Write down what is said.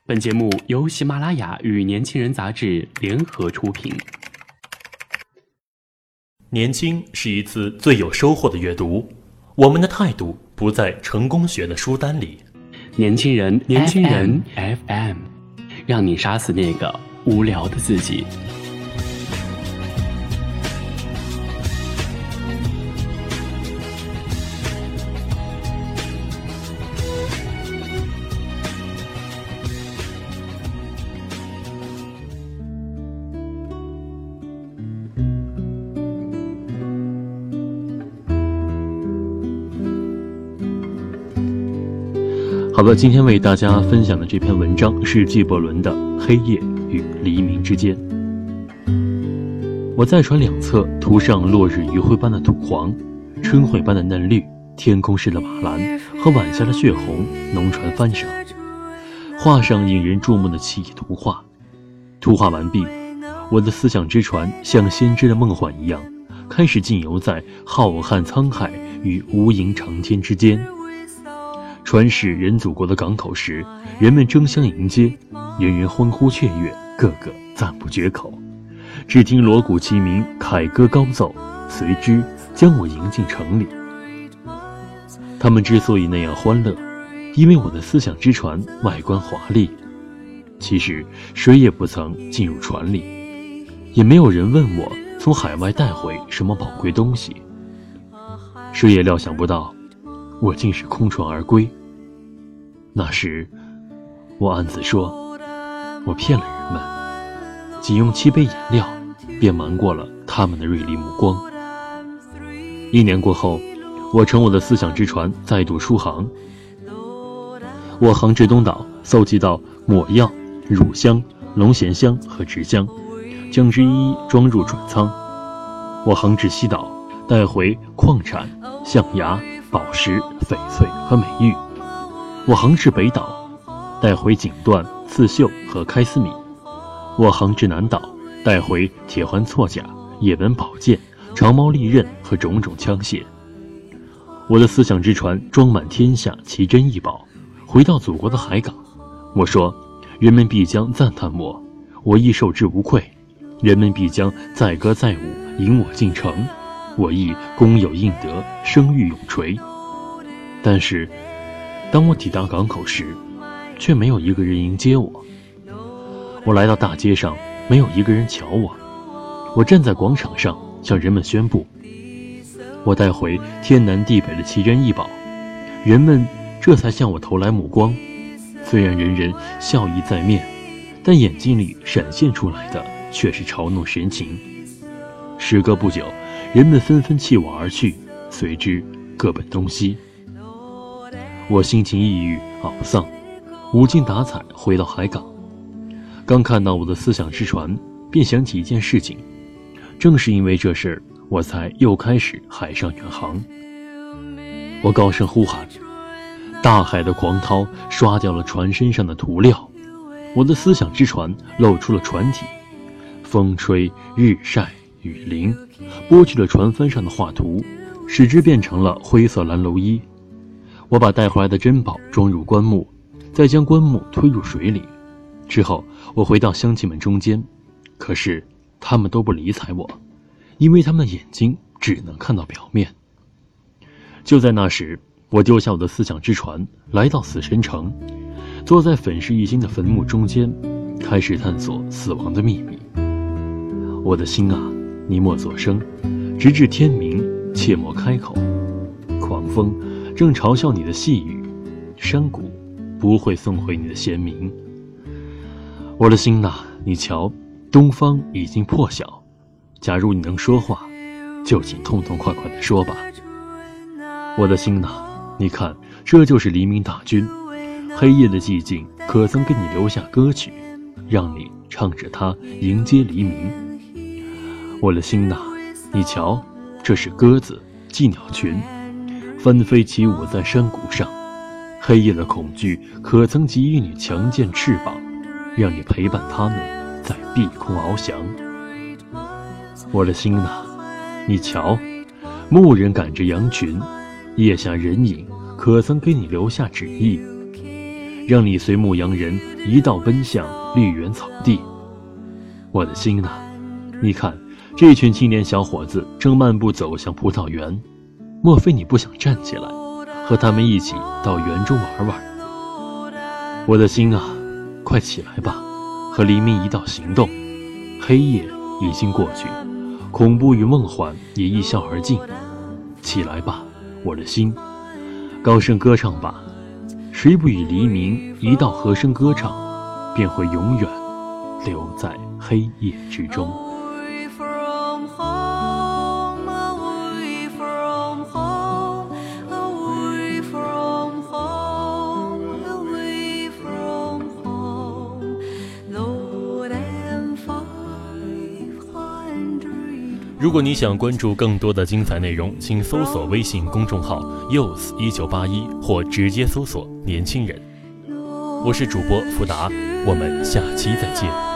本节目由喜马拉雅与年轻人杂志联合出品。 年轻是一次最有收获的阅读，我们的态度不在成功学的书单里。 年轻人 FM， 让你杀死那个无聊的自己。 好了，今天为大家分享的这篇文章是纪伯伦的《黑夜与黎明之间》。我在船两侧涂上落日余晖般的土黄，春晖般的嫩绿，天空式的瓦蓝和晚霞的血红，农船帆上画上引人注目的奇异图画。图画完毕，我的思想之船像先知的梦幻一样，开始浸游在浩瀚沧海与无垠长天之间。船驶人祖国的港口时，人们争相迎接，人人欢呼雀跃，个个赞不绝口。只听锣鼓齐鸣，凯歌高奏，随之将我迎进城里。他们之所以那样欢乐，因为我的思想之船外观华丽。其实谁也不曾进入船里，也没有人问我从海外带回什么宝贵东西。谁也料想不到我竟是空船而归。那时我暗自说，我骗了人们，仅用7杯饮料便瞒过了他们的锐利目光。1年过后，我乘我的思想之船再度出航。我航至东岛，搜集到抹药、乳香、龙涎香和植香，将之一一装入船舱。我航至西岛，带回矿产、象牙、宝石、翡翠和美玉。我航至北岛，带回锦缎、刺绣和开司米。我航至南岛，带回铁环错甲、叶纹宝剑、长矛利刃和种种枪械。我的思想之船装满天下奇珍异宝，回到祖国的海港。我说，人们必将赞叹我，我亦受之无愧；人们必将载歌载舞，迎我进城，我亦功有应得，声誉永垂。但是当我抵达港口时，却没有一个人迎接我。我来到大街上，没有一个人瞧我。我站在广场上，向人们宣布，我带回天南地北的奇珍异宝。人们这才向我投来目光，虽然人人笑意在面，但眼睛里闪现出来的却是嘲弄神情。时隔不久，人们纷纷弃我而去，随之各奔东西。我心情抑郁懊丧，无精打采回到海港。刚看到我的思想之船，便想起一件事情。正是因为这事儿，我才又开始海上远航。我高声呼喊，大海的狂涛刷掉了船身上的涂料，我的思想之船露出了船体。风吹日晒雨淋，剥去了船帆上的画图，使之变成了灰色蓝楼衣。我把带回来的珍宝装入棺木，再将棺木推入水里。之后我回到乡亲们中间，可是他们都不理睬我，因为他们的眼睛只能看到表面。就在那时，我丢下我的思想之船，来到死神城，坐在粉饰一新的坟墓中间，开始探索死亡的秘密。我的心啊，你莫作声，直至天明，切莫开口。狂风正嘲笑你的细语，山谷不会送回你的贤明。我的心哪，你瞧，东方已经破晓。假如你能说话，就请痛痛快快地说吧。我的心哪，你看，这就是黎明大军。黑夜的寂静可曾给你留下歌曲，让你唱着它迎接黎明。我的心哪，你瞧，这是鸽子、寄鸟群，纷飞起舞在山谷上。黑夜的恐惧可曾给予你强健翅膀，让你陪伴他们在碧空翱翔。我的心哪，你瞧，牧人赶着羊群，夜下人影可曾给你留下旨意， 让你随牧羊人一道奔向绿原草地。我的心啊，你看，这群青年小伙子正漫步走向葡萄园，莫非你不想站起来，和他们一起到园中玩玩？我的心啊，快起来吧，和黎明一道行动。黑夜已经过去，恐怖与梦幻也一消而尽。起来吧，我的心，高声歌唱吧。谁不与黎明一道和声歌唱，便会永远留在黑夜之中。 如果你想关注更多的精彩内容，请搜索微信公众号 youth1981 或直接搜索年轻人。我是主播福达，我们下期再见。